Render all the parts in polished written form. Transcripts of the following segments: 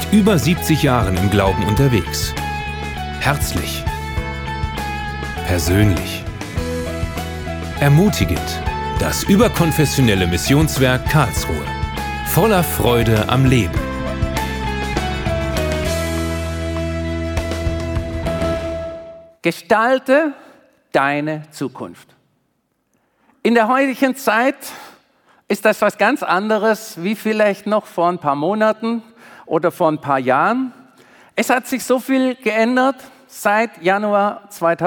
seit über 70 Jahren im Glauben unterwegs. Herzlich, persönlich, ermutigend, das überkonfessionelle Missionswerk Karlsruhe. Voller Freude am Leben. Gestalte deine Zukunft. In der heutigen Zeit ist das was ganz anderes, wie vielleicht noch vor ein paar Monaten oder vor ein paar Jahren. Es hat sich so viel geändert seit Januar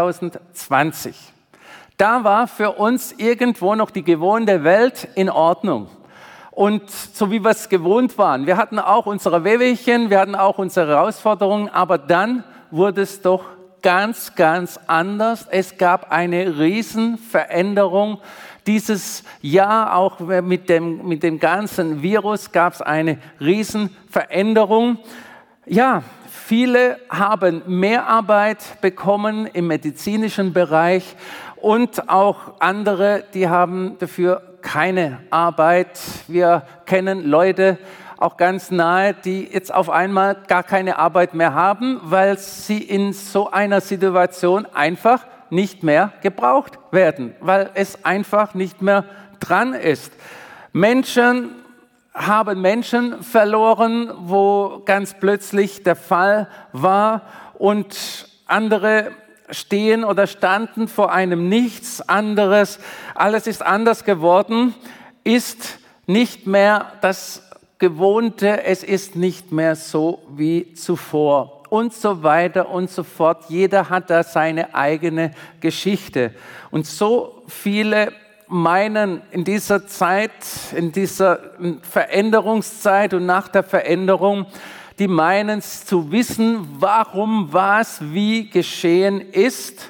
2020. Da war für uns irgendwo noch die gewohnte Welt in Ordnung. Und so wie wir es gewohnt waren. Wir hatten auch unsere Wehwehchen, wir hatten auch unsere Herausforderungen, aber dann wurde es doch ganz, ganz anders. Es gab eine Riesenveränderung. Dieses Jahr auch mit dem ganzen Virus gab es eine Riesenveränderung. Ja, viele haben mehr Arbeit bekommen im medizinischen Bereich und auch andere, die haben dafür keine Arbeit. Wir kennen Leute, auch ganz nahe, die jetzt auf einmal gar keine Arbeit mehr haben, weil sie in so einer Situation einfach nicht mehr gebraucht werden, weil es einfach nicht mehr dran ist. Menschen haben Menschen verloren, wo ganz plötzlich der Fall war, und andere stehen oder standen vor einem Nichts anderes. Alles ist anders geworden, ist nicht mehr das Gewohnte, es ist nicht mehr so wie zuvor und so weiter und so fort. Jeder hat da seine eigene Geschichte. Und so viele meinen in dieser Zeit, in dieser Veränderungszeit und nach der Veränderung, die meinen zu wissen, warum was wie geschehen ist.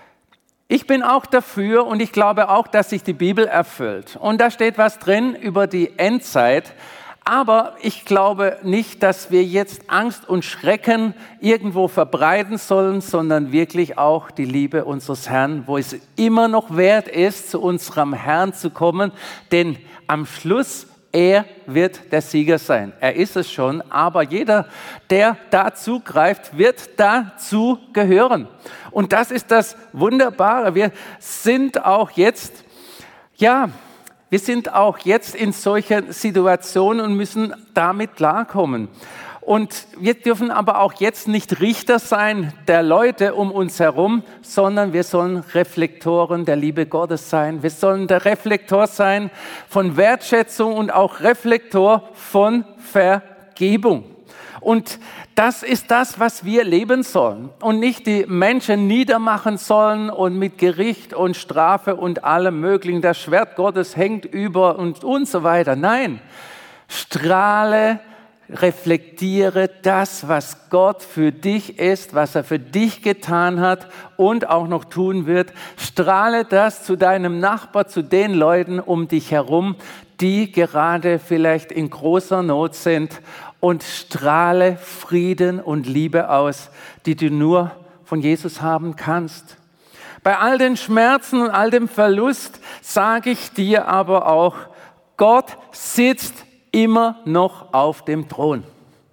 Ich bin auch dafür und ich glaube auch, dass sich die Bibel erfüllt. Und da steht was drin über die Endzeit. Aber ich glaube nicht, dass wir jetzt Angst und Schrecken irgendwo verbreiten sollen, sondern wirklich auch die Liebe unseres Herrn, wo es immer noch wert ist, zu unserem Herrn zu kommen. Denn am Schluss, er wird der Sieger sein. Er ist es schon, aber jeder, der da zugreift, wird dazu gehören. Und das ist das Wunderbare. Wir sind auch jetzt, in solchen Situationen und müssen damit klarkommen. Und wir dürfen aber auch jetzt nicht Richter sein der Leute um uns herum, sondern wir sollen Reflektoren der Liebe Gottes sein. Wir sollen der Reflektor sein von Wertschätzung und auch Reflektor von Vergebung. Und das ist das, was wir leben sollen und nicht die Menschen niedermachen sollen und mit Gericht und Strafe und allem Möglichen, das Schwert Gottes hängt über und so weiter. Nein, strahle, reflektiere das, was Gott für dich ist, was er für dich getan hat und auch noch tun wird. Strahle das zu deinem Nachbar, zu den Leuten um dich herum, die gerade vielleicht in großer Not sind, und strahle Frieden und Liebe aus, die du nur von Jesus haben kannst. Bei all den Schmerzen und all dem Verlust sage ich dir aber auch, Gott sitzt immer noch auf dem Thron.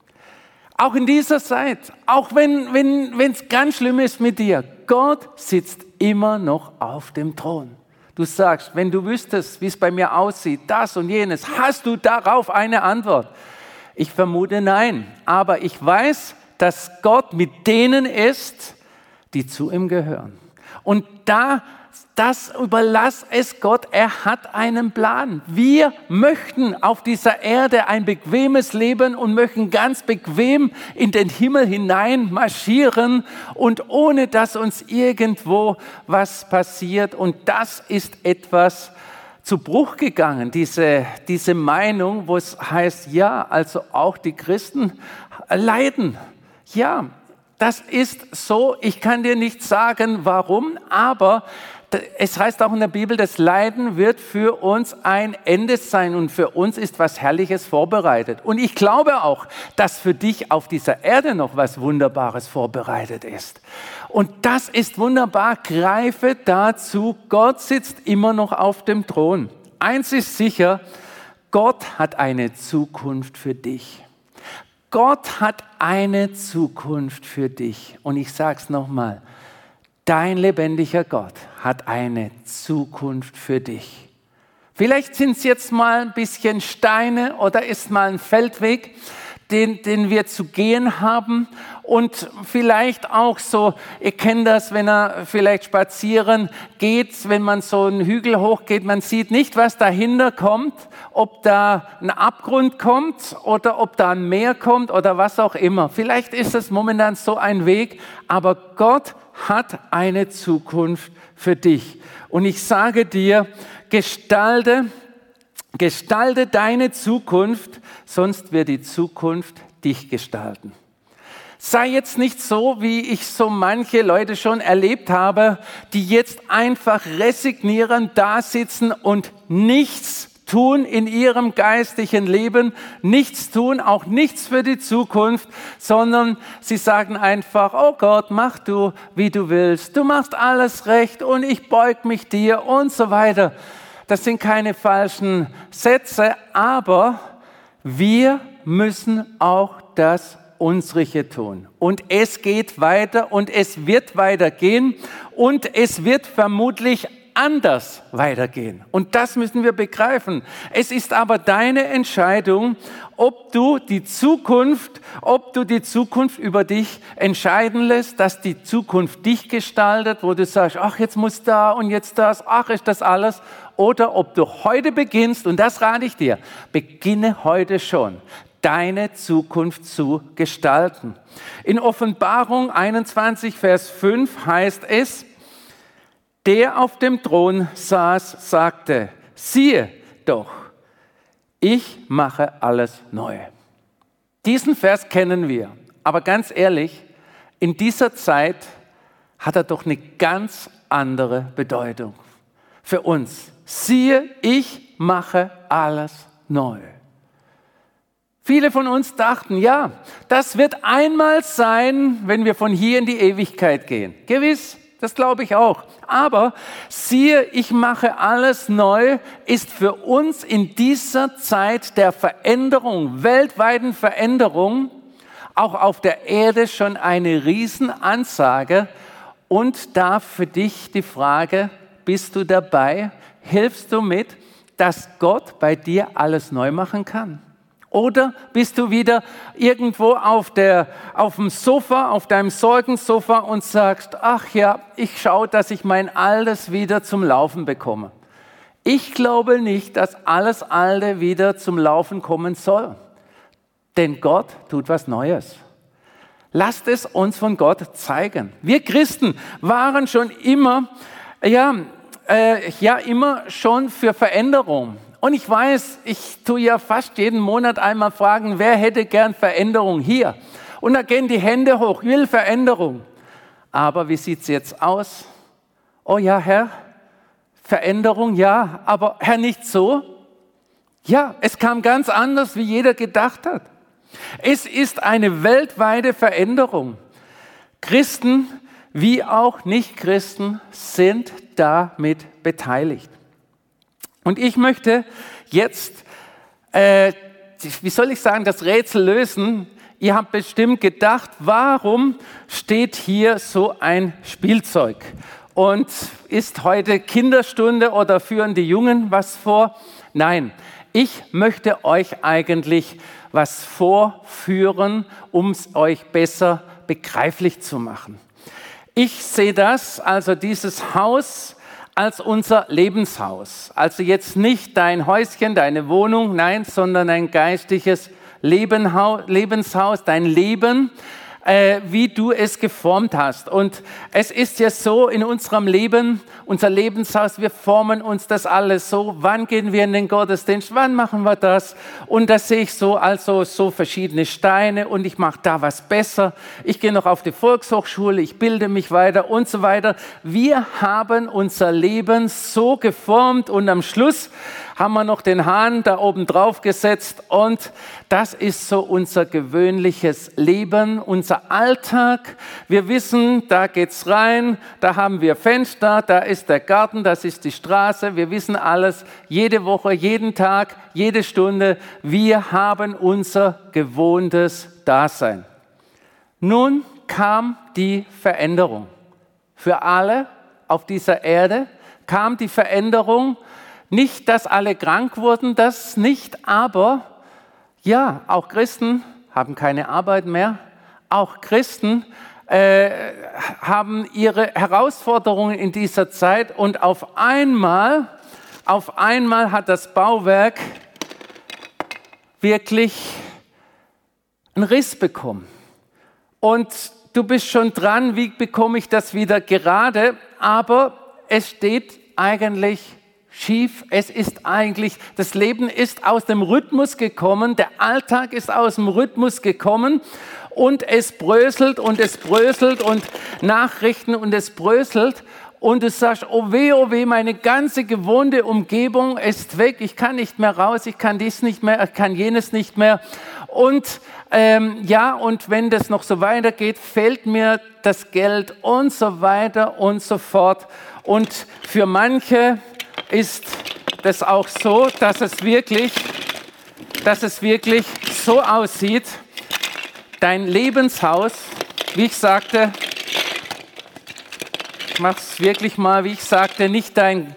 Auch in dieser Zeit, auch wenn es ganz schlimm ist mit dir, Gott sitzt immer noch auf dem Thron. Du sagst, wenn du wüsstest, wie es bei mir aussieht, das und jenes, hast du darauf eine Antwort? Ich vermute nein, aber ich weiß, dass Gott mit denen ist, die zu ihm gehören. Und das überlass es Gott, er hat einen Plan. Wir möchten auf dieser Erde ein bequemes Leben und möchten ganz bequem in den Himmel hinein marschieren und ohne, dass uns irgendwo was passiert. Und das ist etwas zu Bruch gegangen, diese Meinung, wo es heißt, ja, also auch die Christen leiden. Ja, das ist so. Ich kann dir nicht sagen, warum, aber es heißt auch in der Bibel, das Leiden wird für uns ein Ende sein und für uns ist was Herrliches vorbereitet. Und ich glaube auch, dass für dich auf dieser Erde noch was Wunderbares vorbereitet ist. Und das ist wunderbar. Greife dazu. Gott sitzt immer noch auf dem Thron. Eins ist sicher, Gott hat eine Zukunft für dich. Gott hat eine Zukunft für dich. Und ich sage es nochmal, dein lebendiger Gott hat eine Zukunft für dich. Vielleicht sind es jetzt mal ein bisschen Steine oder ist mal ein Feldweg, den wir zu gehen haben. Und vielleicht auch so, ihr kennt das, wenn er vielleicht spazieren geht, wenn man so einen Hügel hochgeht, man sieht nicht, was dahinter kommt, ob da ein Abgrund kommt oder ob da ein Meer kommt oder was auch immer. Vielleicht ist es momentan so ein Weg, aber Gott hat eine Zukunft für dich. Und ich sage dir, gestalte deine Zukunft, sonst wird die Zukunft dich gestalten. Sei jetzt nicht so, wie ich so manche Leute schon erlebt habe, die jetzt einfach resignierend da sitzen und nichts tun in ihrem geistlichen Leben, nichts tun, auch nichts für die Zukunft, sondern sie sagen einfach, oh Gott, mach du, wie du willst, du machst alles recht und ich beug mich dir und so weiter. Das sind keine falschen Sätze, aber wir müssen auch das Unsere tun. Und es geht weiter und es wird weitergehen und es wird vermutlich anders weitergehen. Und das müssen wir begreifen. Es ist aber deine Entscheidung, ob du die Zukunft über dich entscheiden lässt, dass die Zukunft dich gestaltet, wo du sagst, ach, jetzt muss da und jetzt das, ach, ist das alles? Oder ob du heute beginnst, und das rate ich dir, beginne heute schon, deine Zukunft zu gestalten. In Offenbarung 21, Vers 5 heißt es, der auf dem Thron saß, sagte, siehe doch, ich mache alles neu. Diesen Vers kennen wir, aber ganz ehrlich, in dieser Zeit hat er doch eine ganz andere Bedeutung für uns. Siehe, ich mache alles neu. Viele von uns dachten, ja, das wird einmal sein, wenn wir von hier in die Ewigkeit gehen. Gewiss, das glaube ich auch. Aber siehe, ich mache alles neu, ist für uns in dieser Zeit der Veränderung, weltweiten Veränderung, auch auf der Erde schon eine Riesenansage. Und da für dich die Frage, bist du dabei? Hilfst du mit, dass Gott bei dir alles neu machen kann? Oder bist du wieder irgendwo auf dem Sofa, auf deinem Sorgensofa und sagst, ach ja, ich schaue, dass ich mein Altes wieder zum Laufen bekomme. Ich glaube nicht, dass alles Alte wieder zum Laufen kommen soll. Denn Gott tut was Neues. Lasst es uns von Gott zeigen. Wir Christen waren schon immer schon für Veränderung. Und ich weiß, ich tue ja fast jeden Monat einmal fragen, wer hätte gern Veränderung hier? Und da gehen die Hände hoch, ich will Veränderung. Aber wie sieht es jetzt aus? Oh ja, Herr, Veränderung, ja, aber Herr, nicht so? Ja, es kam ganz anders, wie jeder gedacht hat. Es ist eine weltweite Veränderung. Christen wie auch Nichtchristen sind damit beteiligt. Und ich möchte jetzt, das Rätsel lösen. Ihr habt bestimmt gedacht, warum steht hier so ein Spielzeug? Und ist heute Kinderstunde oder führen die Jungen was vor? Nein, ich möchte euch eigentlich was vorführen, um es euch besser begreiflich zu machen. Ich sehe dieses Haus, als unser Lebenshaus. Also jetzt nicht dein Häuschen, deine Wohnung, nein, sondern ein geistliches Lebenshaus, dein Leben, wie du es geformt hast. Und es ist ja so in unserem Leben, unser Lebenshaus, wir formen uns das alles so. Wann gehen wir in den Gottesdienst? Wann machen wir das? Und da sehe ich so verschiedene Steine und ich mache da was besser. Ich gehe noch auf die Volkshochschule, ich bilde mich weiter und so weiter. Wir haben unser Leben so geformt und am Schluss haben wir noch den Hahn da oben drauf gesetzt und das ist so unser gewöhnliches Leben, unser Alltag. Wir wissen, da geht's rein, da haben wir Fenster, da ist der Garten, das ist die Straße. Wir wissen alles, jede Woche, jeden Tag, jede Stunde. Wir haben unser gewohntes Dasein. Nun kam die Veränderung. Für alle auf dieser Erde kam die Veränderung. Nicht, dass alle krank wurden, das nicht, aber ja, auch Christen haben keine Arbeit mehr. Auch Christen haben ihre Herausforderungen in dieser Zeit und auf einmal hat das Bauwerk wirklich einen Riss bekommen. Und du bist schon dran, wie bekomme ich das wieder gerade? Aber es steht eigentlich schief. Es ist eigentlich, das Leben ist aus dem Rhythmus gekommen, der Alltag ist aus dem Rhythmus gekommen und es bröselt und Nachrichten und es bröselt. Und du sagst, oh weh, meine ganze gewohnte Umgebung ist weg, ich kann nicht mehr raus, ich kann dies nicht mehr, ich kann jenes nicht mehr. Und und wenn das noch so weitergeht, fehlt mir das Geld und so weiter und so fort. Und für manche ist das auch so, dass es wirklich so aussieht, dein Lebenshaus, wie ich sagte, ich mache es wirklich mal, wie ich sagte, nicht dein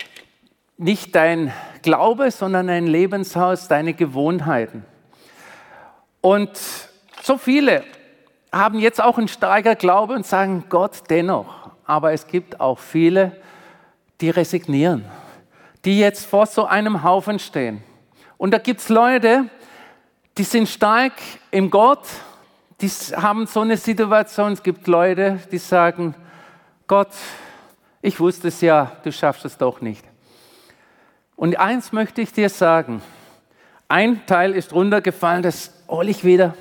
Glaube, sondern dein Lebenshaus, deine Gewohnheiten. Und so viele haben jetzt auch einen starken Glaube und sagen, Gott dennoch. Aber es gibt auch viele, die resignieren, die jetzt vor so einem Haufen stehen. Und da gibt es Leute, die sind stark im Gott, die haben so eine Situation. Es gibt Leute, die sagen, Gott, ich wusste es ja, du schaffst es doch nicht. Und eins möchte ich dir sagen, ein Teil ist runtergefallen, das hole ich wieder.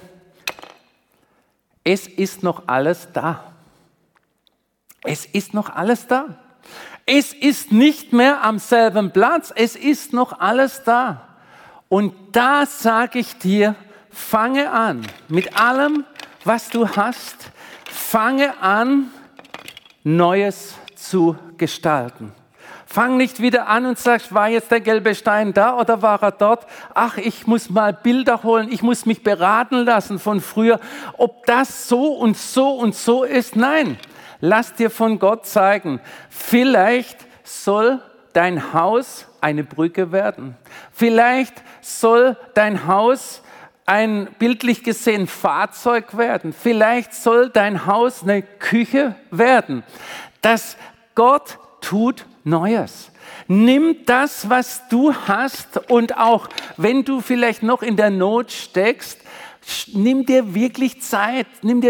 Es ist noch alles da. Es ist noch alles da. Es ist nicht mehr am selben Platz, es ist noch alles da. Und da sage ich dir, fange an, mit allem, was du hast, fange an, Neues zu gestalten. Fang nicht wieder an und sagst, war jetzt der gelbe Stein da oder war er dort? Ach, ich muss mal Bilder holen, ich muss mich beraten lassen von früher, ob das so und so und so ist. Nein, lass dir von Gott zeigen. Vielleicht soll dein Haus eine Brücke werden. Vielleicht soll dein Haus ein bildlich gesehen Fahrzeug werden. Vielleicht soll dein Haus eine Küche werden. Dass Gott tut Neues. Nimm das, was du hast und auch wenn du vielleicht noch in der Not steckst, nimm dir wirklich Zeit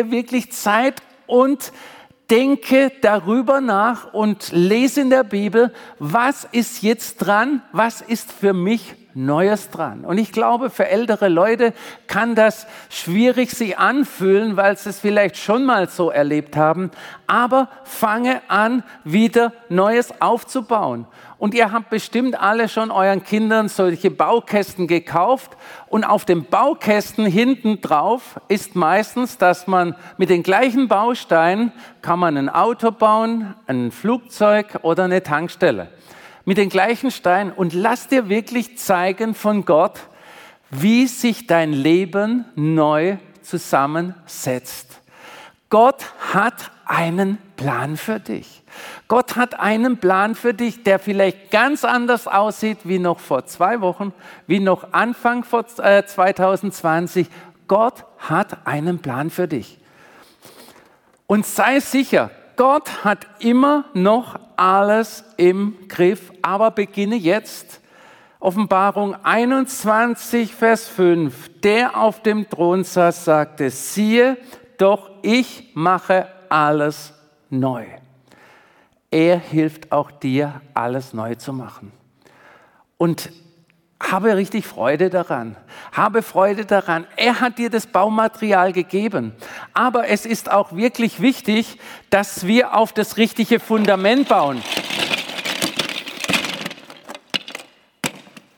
und denke darüber nach und lese in der Bibel, was ist jetzt dran, was ist für mich Neues dran. Und ich glaube, für ältere Leute kann das schwierig sich anfühlen, weil sie es vielleicht schon mal so erlebt haben. Aber fange an, wieder Neues aufzubauen. Und ihr habt bestimmt alle schon euren Kindern solche Baukästen gekauft. Und auf dem Baukästen hinten drauf ist meistens, dass man mit den gleichen Bausteinen kann man ein Auto bauen, ein Flugzeug oder eine Tankstelle. Mit den gleichen Steinen und lass dir wirklich zeigen von Gott, wie sich dein Leben neu zusammensetzt. Gott hat einen Plan für dich. Gott hat einen Plan für dich, der vielleicht ganz anders aussieht wie noch vor 2 Wochen, wie noch Anfang 2020. Gott hat einen Plan für dich. Und sei sicher, Gott hat immer noch alles im Griff, aber beginne jetzt. Offenbarung 21, Vers 5. Der auf dem Thron saß, sagte, siehe, doch ich mache alles neu. Er hilft auch dir, alles neu zu machen. Und habe richtig Freude daran. Habe Freude daran. Er hat dir das Baumaterial gegeben. Aber es ist auch wirklich wichtig, dass wir auf das richtige Fundament bauen.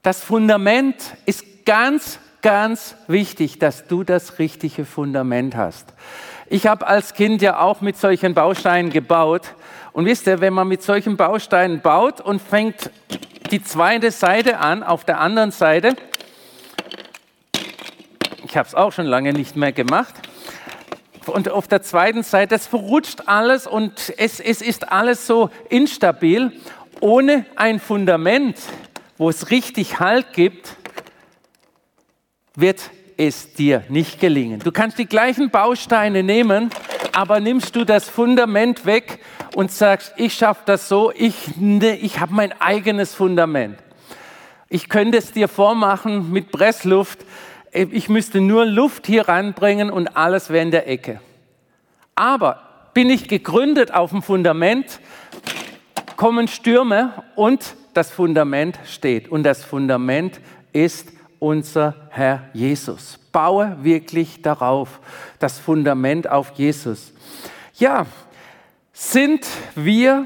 Das Fundament ist ganz, ganz wichtig, dass du das richtige Fundament hast. Ich habe als Kind ja auch mit solchen Bausteinen gebaut. Und wisst ihr, wenn man mit solchen Bausteinen baut und fängt die zweite Seite an, auf der anderen Seite, ich habe es auch schon lange nicht mehr gemacht, und auf der zweiten Seite, das verrutscht alles und es ist alles so instabil. Ohne ein Fundament, wo es richtig Halt gibt, wird es dir nicht gelingen. Du kannst die gleichen Bausteine nehmen, aber nimmst du das Fundament weg und sagst, ich schaffe das so, ich habe mein eigenes Fundament. Ich könnte es dir vormachen mit Pressluft. Ich müsste nur Luft hier reinbringen und alles wäre in der Ecke. Aber bin ich gegründet auf dem Fundament, kommen Stürme und das Fundament steht. Und das Fundament ist unser Herr Jesus. Baue wirklich darauf, das Fundament auf Jesus. Ja, sind wir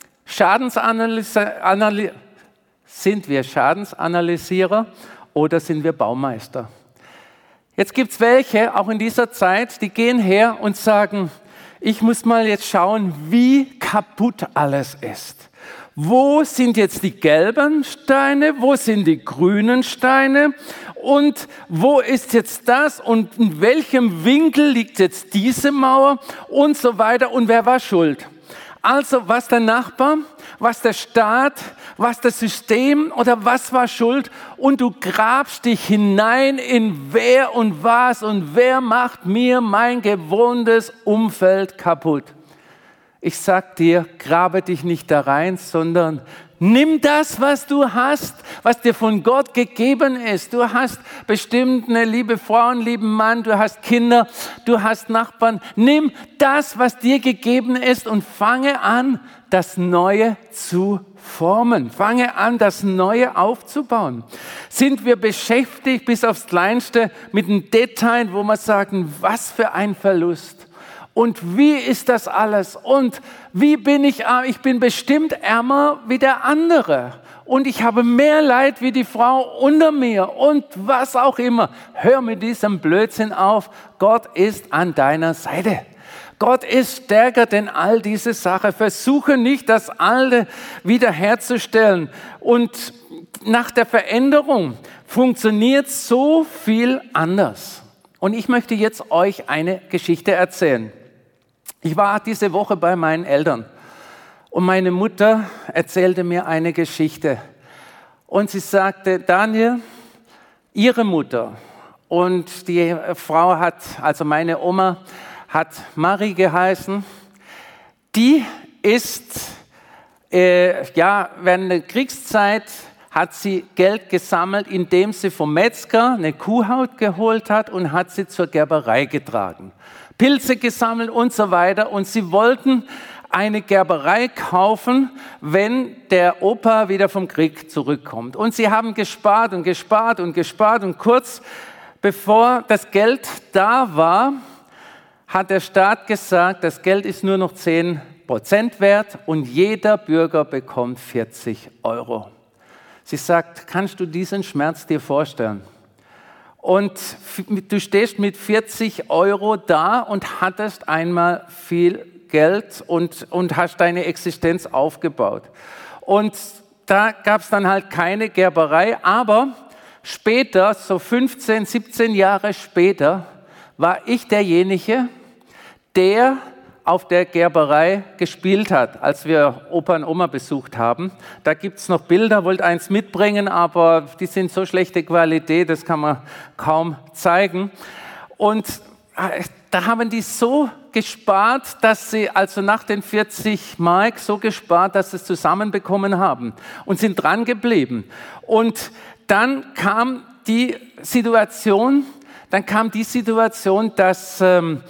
Schadensanalysierer oder sind wir Baumeister? Jetzt gibt es welche, auch in dieser Zeit, die gehen her und sagen, ich muss mal jetzt schauen, wie kaputt alles ist. Wo sind jetzt die gelben Steine, wo sind die grünen Steine und wo ist jetzt das und in welchem Winkel liegt jetzt diese Mauer und so weiter und wer war schuld? Also was der Nachbar, was der Staat, was das System oder was war schuld und du grabst dich hinein in wer und was und wer macht mir mein gewohntes Umfeld kaputt. Ich sag dir, grabe dich nicht da rein, sondern nimm das, was du hast, was dir von Gott gegeben ist. Du hast bestimmt eine liebe Frau, einen lieben Mann, du hast Kinder, du hast Nachbarn. Nimm das, was dir gegeben ist und fange an, das Neue zu formen. Fange an, das Neue aufzubauen. Sind wir beschäftigt bis aufs Kleinste mit den Details, wo wir sagen, was für ein Verlust. Und wie ist das alles? Und wie bin ich arm? Ich bin bestimmt ärmer wie der andere. Und ich habe mehr Leid wie die Frau unter mir. Und was auch immer. Hör mit diesem Blödsinn auf. Gott ist an deiner Seite. Gott ist stärker denn all diese Sachen. Versuche nicht, das Alte wiederherzustellen. Und nach der Veränderung funktioniert so viel anders. Und ich möchte jetzt euch eine Geschichte erzählen. Ich war diese Woche bei meinen Eltern und meine Mutter erzählte mir eine Geschichte. Und sie sagte, Daniel, ihre Mutter und die Frau hat, also meine Oma, hat Marie geheißen, die ist, während der Kriegszeit hat sie Geld gesammelt, indem sie vom Metzger eine Kuhhaut geholt hat und hat sie zur Gerberei getragen. Pilze gesammelt und so weiter. Und sie wollten eine Gerberei kaufen, wenn der Opa wieder vom Krieg zurückkommt. Und sie haben gespart und gespart und gespart. Und kurz bevor das Geld da war, hat der Staat gesagt, das Geld ist nur noch 10% wert und jeder Bürger bekommt 40 €. Sie sagt, kannst du diesen Schmerz dir vorstellen? Und du stehst mit 40 € da und hattest einmal viel Geld und hast deine Existenz aufgebaut. Und da gab es dann halt keine Gerberei, aber später, so 15, 17 Jahre später, war ich derjenige, der auf der Gerberei gespielt hat, als wir Opa und Oma besucht haben. Da gibt es noch Bilder, wollte eins mitbringen, aber die sind so schlechte Qualität, das kann man kaum zeigen. Und da haben die so gespart, dass sie also nach den 40 Mark so gespart, dass sie es zusammenbekommen haben und sind dran geblieben. Und dann kam die Situation, dass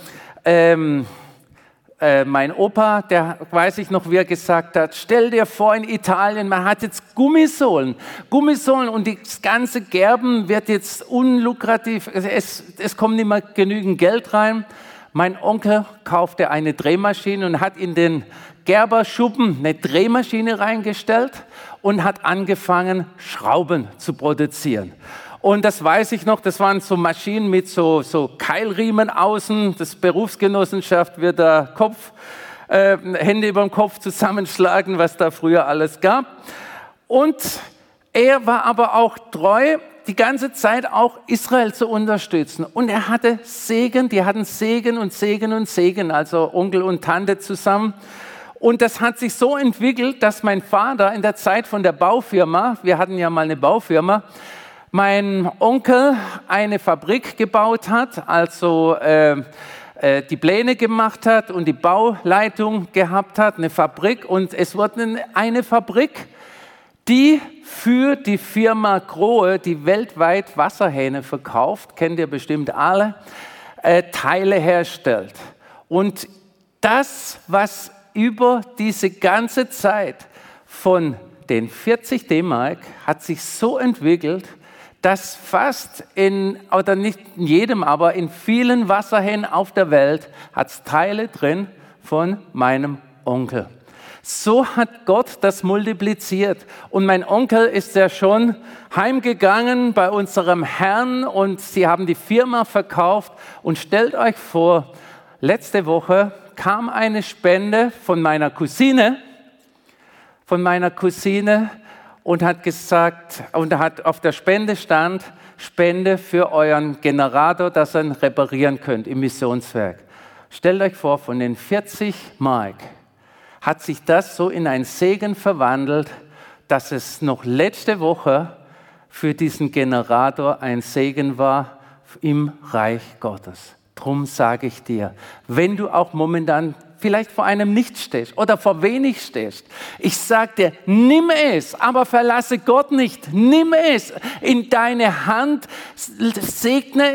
mein Opa, der weiß ich noch, wie er gesagt hat, stell dir vor, in Italien, man hat jetzt Gummisohlen und das ganze Gerben wird jetzt unlukrativ, es kommt nicht mehr genügend Geld rein. Mein Onkel kaufte eine Drehmaschine und hat in den Gerberschuppen eine Drehmaschine reingestellt und hat angefangen, Schrauben zu produzieren. Und das weiß ich noch, das waren so Maschinen mit so Keilriemen außen. Das Berufsgenossenschaft wird da Hände über dem Kopf zusammenschlagen, was da früher alles gab. Und er war aber auch treu, die ganze Zeit auch Israel zu unterstützen. Und er hatte Segen, die hatten Segen und Segen und Segen, also Onkel und Tante zusammen. Und das hat sich so entwickelt, dass mein Vater in der Zeit von der Baufirma, wir hatten ja mal eine Baufirma, mein Onkel eine Fabrik gebaut hat, also die Pläne gemacht hat und die Bauleitung gehabt hat, eine Fabrik. Und es wurde eine Fabrik, die für die Firma Grohe, die weltweit Wasserhähne verkauft, kennt ihr bestimmt alle, Teile herstellt. Und das, was über diese ganze Zeit von den 40 D-Mark hat sich so entwickelt, dass fast oder nicht in jedem, aber in vielen Wasserhähnen auf der Welt hat es Teile drin von meinem Onkel. So hat Gott das multipliziert. Und mein Onkel ist ja schon heimgegangen bei unserem Herrn und sie haben die Firma verkauft. Und stellt euch vor, letzte Woche kam eine Spende von meiner Cousine und hat gesagt, und hat auf der Spende stand, Spende für euren Generator, dass ihr ihn reparieren könnt im Missionswerk. Stellt euch vor, von den 40 Mark hat sich das so in einen Segen verwandelt, dass es noch letzte Woche für diesen Generator ein Segen war im Reich Gottes. Drum sage ich dir, wenn du auch momentan vielleicht vor einem Nichts stehst oder vor wenig stehst, ich sage dir, nimm es, aber verlasse Gott nicht. Nimm es in deine Hand, segne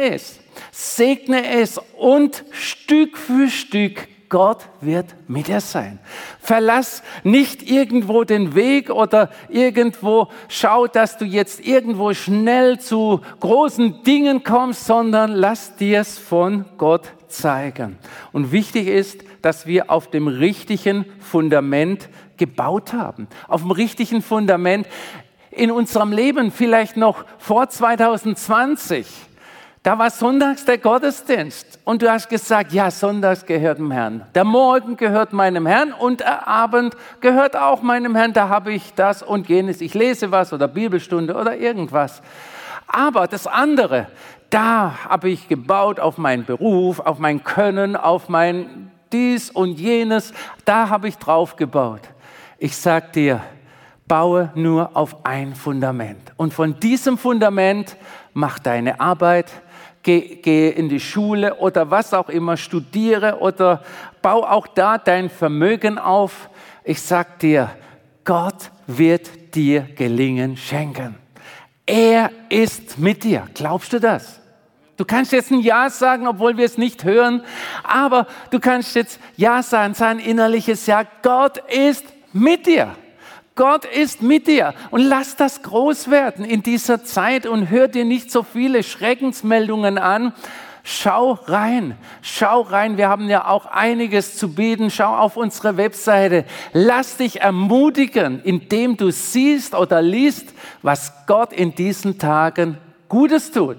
es und Stück für Stück Gott wird mit dir sein. Verlass nicht irgendwo den Weg oder irgendwo schau, dass du jetzt irgendwo schnell zu großen Dingen kommst, sondern lass dir es von Gott zeigen. Und wichtig ist, dass wir auf dem richtigen Fundament gebaut haben. Auf dem richtigen Fundament in unserem Leben, vielleicht noch vor 2020. Da war sonntags der Gottesdienst und du hast gesagt, ja, sonntags gehört dem Herrn. Der Morgen gehört meinem Herrn und der Abend gehört auch meinem Herrn. Da habe ich das und jenes. Ich lese was oder Bibelstunde oder irgendwas. Aber das andere, da habe ich gebaut auf meinen Beruf, auf mein Können, auf mein dies und jenes. Da habe ich drauf gebaut. Ich sage dir, baue nur auf ein Fundament. Und von diesem Fundament mach deine Arbeit, geh in die Schule oder was auch immer, studiere oder bau auch da dein Vermögen auf. Ich sag dir, Gott wird dir Gelingen schenken. Er ist mit dir. Glaubst du das? Du kannst jetzt ein Ja sagen, obwohl wir es nicht hören, aber du kannst jetzt Ja sagen, sein innerliches Ja. Gott ist mit dir. Gott ist mit dir und lass das groß werden in dieser Zeit und hör dir nicht so viele Schreckensmeldungen an. Schau rein, wir haben ja auch einiges zu bieten. Schau auf unsere Webseite. Lass dich ermutigen, indem du siehst oder liest, was Gott in diesen Tagen Gutes tut.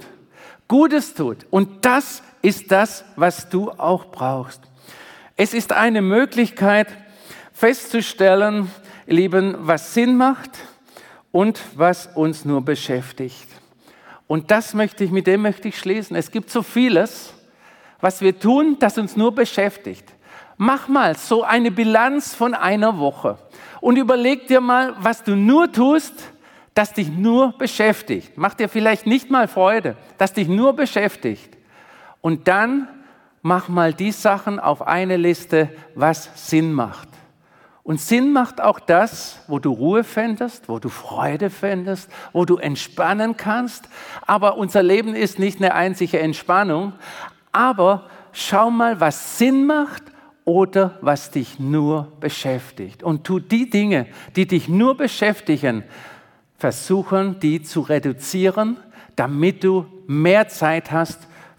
Und das ist das, was du auch brauchst. Es ist eine Möglichkeit festzustellen, ihr Lieben, was Sinn macht und was uns nur beschäftigt. Und mit dem möchte ich schließen. Es gibt so vieles, was wir tun, das uns nur beschäftigt. Mach mal so eine Bilanz von einer Woche und überleg dir mal, was du nur tust, das dich nur beschäftigt. Macht dir vielleicht nicht mal Freude, das dich nur beschäftigt. Und dann mach mal die Sachen auf eine Liste, was Sinn macht. Und Sinn macht auch das, wo du Ruhe fändest, wo du Freude fändest, wo du entspannen kannst. Aber unser Leben ist nicht eine einzige Entspannung. Aber schau mal, was Sinn macht oder was dich nur beschäftigt. Und tu die Dinge, die dich nur beschäftigen, versuchen, die zu reduzieren, damit du mehr Zeit hast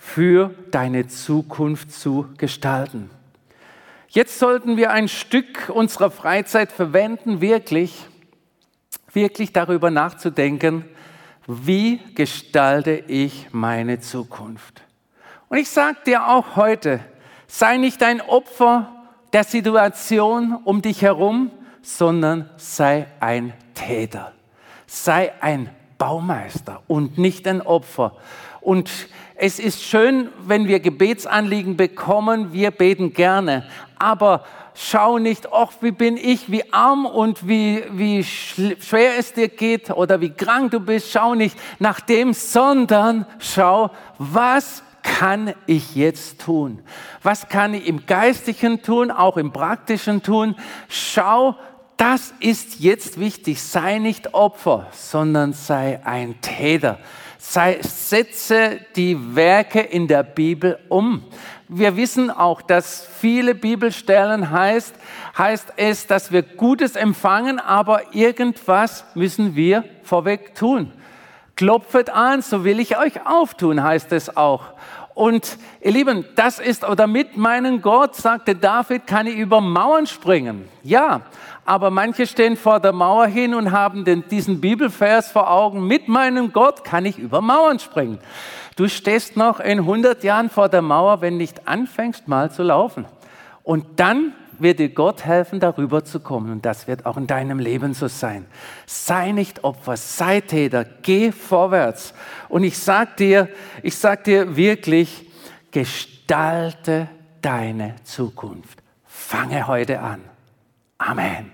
für deine Zukunft zu gestalten. Jetzt sollten wir ein Stück unserer Freizeit verwenden, wirklich darüber nachzudenken, wie gestalte ich meine Zukunft? Und ich sage dir auch heute, sei nicht ein Opfer der Situation um dich herum, sondern sei ein Täter. Sei ein Baumeister und nicht ein Opfer. Und es ist schön, wenn wir Gebetsanliegen bekommen, wir beten gerne, aber schau nicht, ach, wie bin ich, wie arm und wie schwer es dir geht oder wie krank du bist, schau nicht nach dem, sondern schau, was kann ich jetzt tun? Was kann ich im Geistlichen tun, auch im Praktischen tun? Schau, das ist jetzt wichtig. Sei nicht Opfer, sondern sei ein Täter. Setze die Werke in der Bibel um. Wir wissen auch, dass viele Bibelstellen heißt es, dass wir Gutes empfangen, aber irgendwas müssen wir vorweg tun. Klopfet an, so will ich euch auftun, heißt es auch. Und ihr Lieben, das ist, oder mit meinem Gott, sagte David, kann ich über Mauern springen. Ja, aber manche stehen vor der Mauer hin und haben diesen Bibelvers vor Augen, mit meinem Gott kann ich über Mauern springen. Du stehst noch in 100 Jahren vor der Mauer, wenn nicht anfängst mal zu laufen. Und dann wird dir Gott helfen, darüber zu kommen. Und das wird auch in deinem Leben so sein. Sei nicht Opfer, sei Täter, geh vorwärts. Und ich sag dir wirklich, gestalte deine Zukunft. Fange heute an. Amen.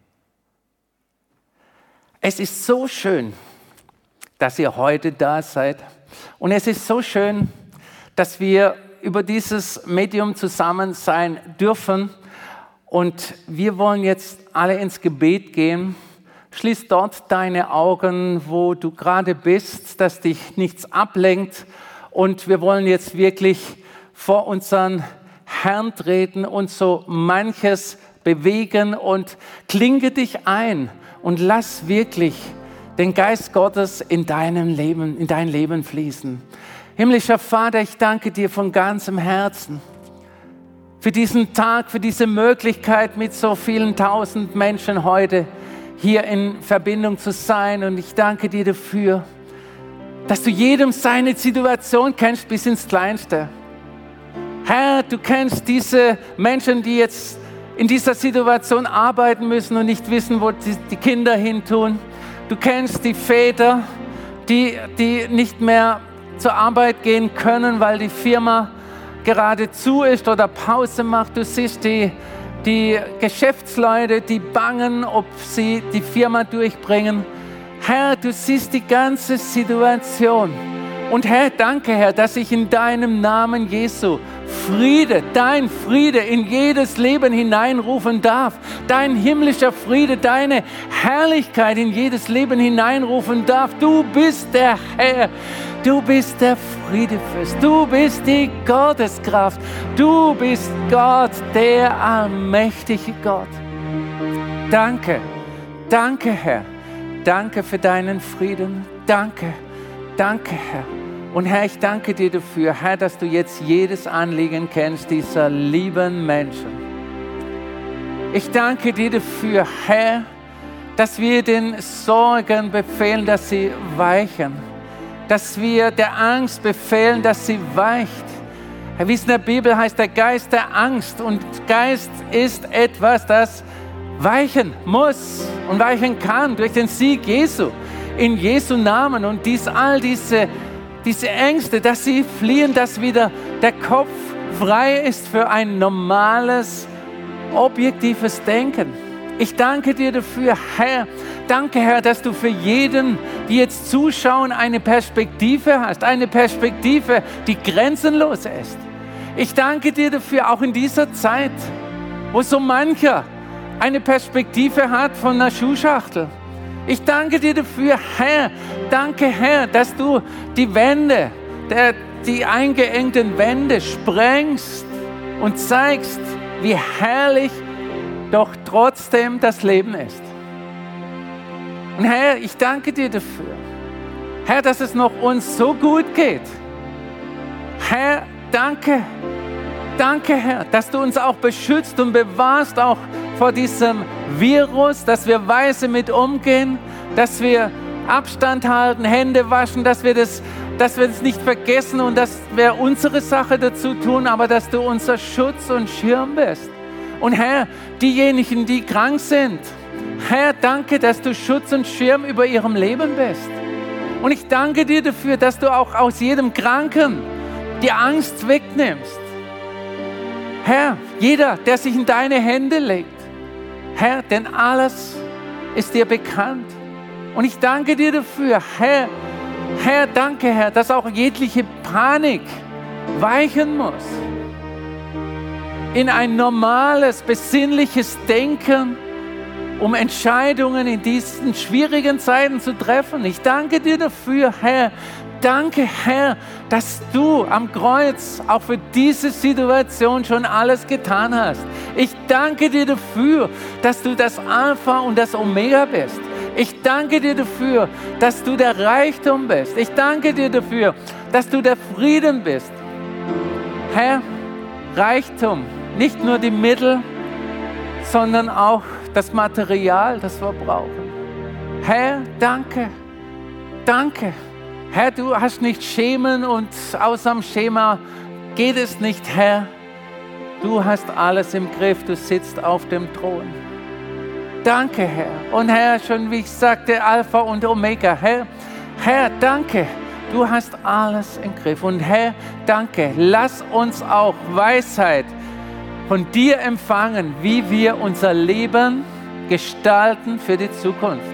Es ist so schön, dass ihr heute da seid. Und es ist so schön, dass wir über dieses Medium zusammen sein dürfen. Und wir wollen jetzt alle ins Gebet gehen. Schließ dort deine Augen, wo du gerade bist, dass dich nichts ablenkt. Und wir wollen jetzt wirklich vor unseren Herrn treten und so manches bewegen und klinge dich ein und lass wirklich den Geist Gottes in dein Leben fließen. Himmlischer Vater, ich danke dir von ganzem Herzen für diesen Tag, für diese Möglichkeit, mit so vielen tausend Menschen heute hier in Verbindung zu sein. Und ich danke dir dafür, dass du jedem seine Situation kennst bis ins Kleinste. Herr, du kennst diese Menschen, die jetzt in dieser Situation arbeiten müssen und nicht wissen, wo die Kinder hintun. Du kennst die Väter, die nicht mehr zur Arbeit gehen können, weil die Firma gerade zu ist oder Pause macht. Du siehst die Geschäftsleute, die bangen, ob sie die Firma durchbringen. Herr, du siehst die ganze Situation. Und Herr, danke, Herr, dass ich in deinem Namen Jesu dein Friede in jedes Leben hineinrufen darf. Dein himmlischer Friede, deine Herrlichkeit in jedes Leben hineinrufen darf. Du bist der Herr. Du bist der Friedefürst, du bist die Gotteskraft, du bist Gott, der allmächtige Gott. Danke, danke Herr, danke für deinen Frieden, danke, Herr. Und Herr, ich danke dir dafür, Herr, dass du jetzt jedes Anliegen kennst dieser lieben Menschen. Ich danke dir dafür, Herr, dass wir den Sorgen befehlen, dass sie weichen. Dass wir der Angst befehlen, dass sie weicht. Herr, wie es in der Bibel heißt, der Geist der Angst. Und Geist ist etwas, das weichen muss und weichen kann durch den Sieg Jesu. In Jesu Namen. Und all diese Ängste, dass sie fliehen, dass wieder der Kopf frei ist für ein normales, objektives Denken. Ich danke dir dafür, Herr. Danke, Herr, dass du für jeden, die jetzt zuschauen, eine Perspektive hast. Eine Perspektive, die grenzenlos ist. Ich danke dir dafür, auch in dieser Zeit, wo so mancher eine Perspektive hat von einer Schuhschachtel. Ich danke dir dafür, Herr. Danke, Herr, dass du die Wände, die eingeengten Wände sprengst und zeigst, wie herrlich doch trotzdem das Leben ist. Und Herr, ich danke dir dafür, Herr, dass es noch uns so gut geht. Herr, danke. Danke, Herr, dass du uns auch beschützt und bewahrst auch vor diesem Virus, dass wir weise mit umgehen, dass wir Abstand halten, Hände waschen, dass wir das nicht vergessen und dass wir unsere Sache dazu tun, aber dass du unser Schutz und Schirm bist. Und Herr, diejenigen, die krank sind, Herr, danke, dass du Schutz und Schirm über ihrem Leben bist. Und ich danke dir dafür, dass du auch aus jedem Kranken die Angst wegnimmst. Herr, jeder, der sich in deine Hände legt, Herr, denn alles ist dir bekannt. Und ich danke dir dafür, Herr, danke, Herr, dass auch jegliche Panik weichen muss in ein normales, besinnliches Denken, um Entscheidungen in diesen schwierigen Zeiten zu treffen. Ich danke dir dafür, Herr. Danke, Herr, dass du am Kreuz auch für diese Situation schon alles getan hast. Ich danke dir dafür, dass du das Alpha und das Omega bist. Ich danke dir dafür, dass du der Reichtum bist. Ich danke dir dafür, dass du der Frieden bist. Herr, Reichtum, nicht nur die Mittel, sondern auch das Material, das wir brauchen. Herr, danke, danke. Herr, du hast nicht Schemen und außer dem Schema geht es nicht, Herr. Du hast alles im Griff, du sitzt auf dem Thron. Danke, Herr. Und Herr, schon wie ich sagte, Alpha und Omega. Herr, danke, du hast alles im Griff. Und Herr, danke, lass uns auch Weisheit von dir empfangen, wie wir unser Leben gestalten für die Zukunft.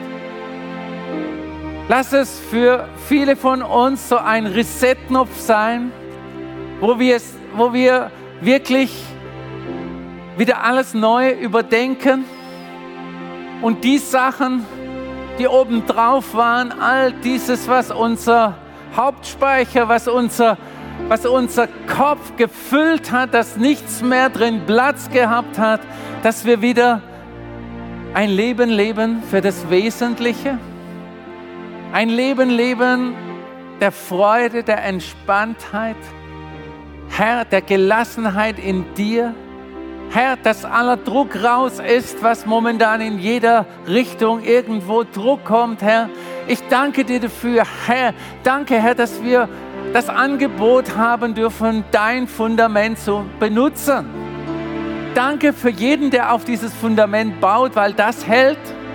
Lass es für viele von uns so ein Reset-Knopf sein, wo wir wirklich wieder alles neu überdenken und die Sachen, die obendrauf waren, all dieses, was unser Hauptspeicher, was unser Kopf gefüllt hat, dass nichts mehr drin Platz gehabt hat, dass wir wieder ein Leben leben für das Wesentliche. Ein Leben leben der Freude, der Entspanntheit, Herr, der Gelassenheit in dir. Herr, dass aller Druck raus ist, was momentan in jeder Richtung irgendwo Druck kommt, Herr. Ich danke dir dafür, Herr. Danke, Herr, dass wir das Angebot haben dürfen, dein Fundament zu benutzen. Danke für jeden, der auf dieses Fundament baut, weil das hält.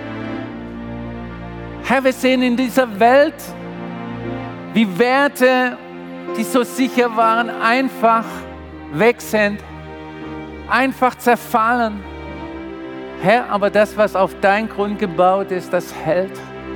Herr, wir sehen in dieser Welt, wie Werte, die so sicher waren, einfach weg sind, einfach zerfallen. Herr, aber das, was auf dein Grund gebaut ist, das hält.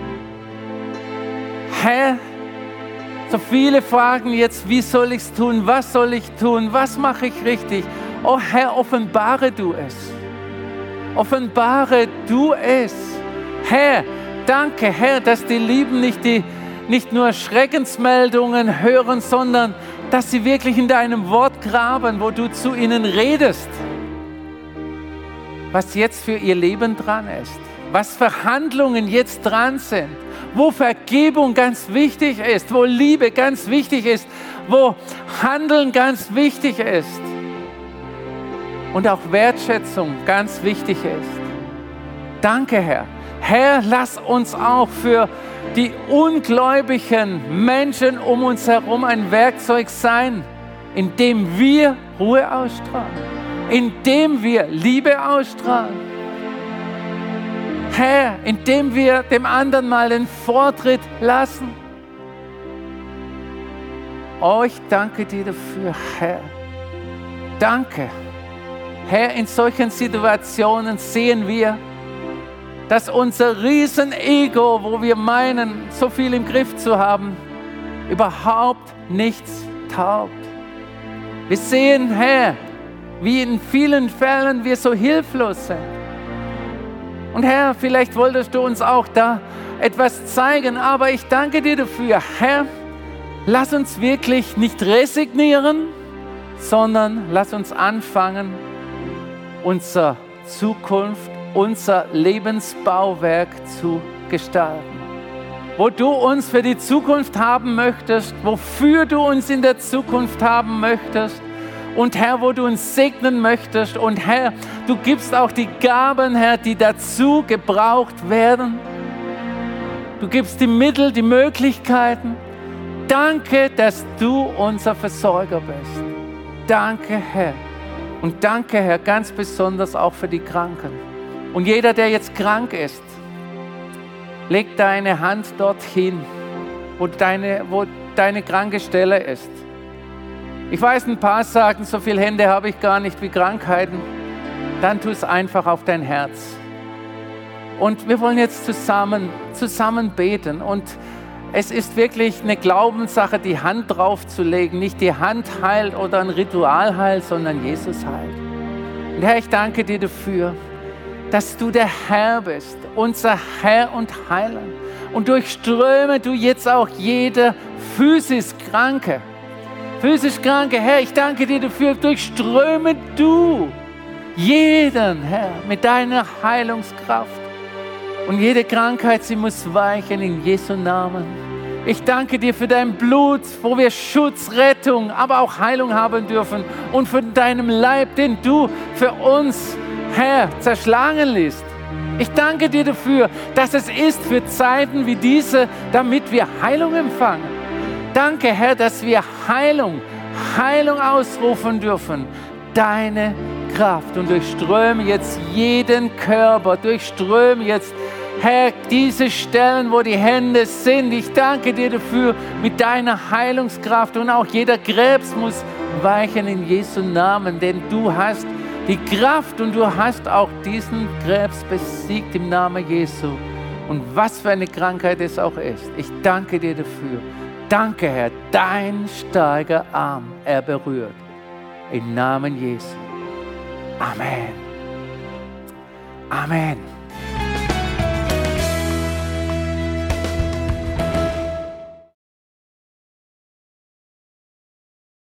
Herr, so viele fragen jetzt, wie soll ich es tun, was soll ich tun, was mache ich richtig? Oh Herr, offenbare du es. Offenbare du es. Herr, danke, Herr, dass die Lieben nicht nur Schreckensmeldungen hören, sondern dass sie wirklich in deinem Wort graben, wo du zu ihnen redest, was jetzt für ihr Leben dran ist, was Verhandlungen jetzt dran sind, wo Vergebung ganz wichtig ist, wo Liebe ganz wichtig ist, wo Handeln ganz wichtig ist und auch Wertschätzung ganz wichtig ist. Danke, Herr. Herr, lass uns auch für die ungläubigen Menschen um uns herum ein Werkzeug sein, in dem wir Ruhe ausstrahlen, in dem wir Liebe ausstrahlen. Herr, in dem wir dem anderen mal den Vortritt lassen. Oh, ich danke dir dafür, Herr. Danke. Herr, in solchen Situationen sehen wir, dass unser Riesenego, wo wir meinen, so viel im Griff zu haben, überhaupt nichts taugt. Wir sehen, Herr, wie in vielen Fällen wir so hilflos sind. Und Herr, vielleicht wolltest du uns auch da etwas zeigen, aber ich danke dir dafür. Herr, lass uns wirklich nicht resignieren, sondern lass uns anfangen, unsere Zukunft, unser Lebensbauwerk zu gestalten. wo du uns für die Zukunft haben möchtest, wofür du uns in der Zukunft haben möchtest. Und Herr, wo du uns segnen möchtest. Und Herr, du gibst auch die Gaben, Herr, die dazu gebraucht werden. Du gibst die Mittel, die Möglichkeiten. Danke, dass du unser Versorger bist. Danke, Herr. Und danke, Herr, ganz besonders auch für die Kranken. Und jeder, der jetzt krank ist, leg deine Hand dorthin, wo deine kranke Stelle ist. Ich weiß, ein paar sagen, so viele Hände habe ich gar nicht wie Krankheiten. Dann tu es einfach auf dein Herz. Und wir wollen jetzt zusammen beten. Und es ist wirklich eine Glaubenssache, die Hand draufzulegen. Nicht die Hand heilt oder ein Ritual heilt, sondern Jesus heilt. Und Herr, ich danke dir dafür, dass du der Herr bist, unser Herr und Heiler. Und durchströme du jetzt auch jede physisch Kranke. Herr, ich danke dir dafür, durchströme du jeden, Herr, mit deiner Heilungskraft. Und jede Krankheit, sie muss weichen in Jesu Namen. Ich danke dir für dein Blut, wo wir Schutz, Rettung, aber auch Heilung haben dürfen. Und für deinem Leib, den du für uns, Herr, zerschlagen lässt. Ich danke dir dafür, dass es ist für Zeiten wie diese, damit wir Heilung empfangen. Danke, Herr, dass wir Heilung ausrufen dürfen. Deine Kraft. Und durchströme jetzt jeden Körper, durchströme jetzt, Herr, diese Stellen, wo die Hände sind. Ich danke dir dafür mit deiner Heilungskraft. Und auch jeder Krebs muss weichen in Jesu Namen, denn du hast die Kraft und du hast auch diesen Krebs besiegt im Namen Jesu. Und was für eine Krankheit es auch ist. Ich danke dir dafür. Danke, Herr, dein starker Arm, er berührt. Im Namen Jesu. Amen. Amen.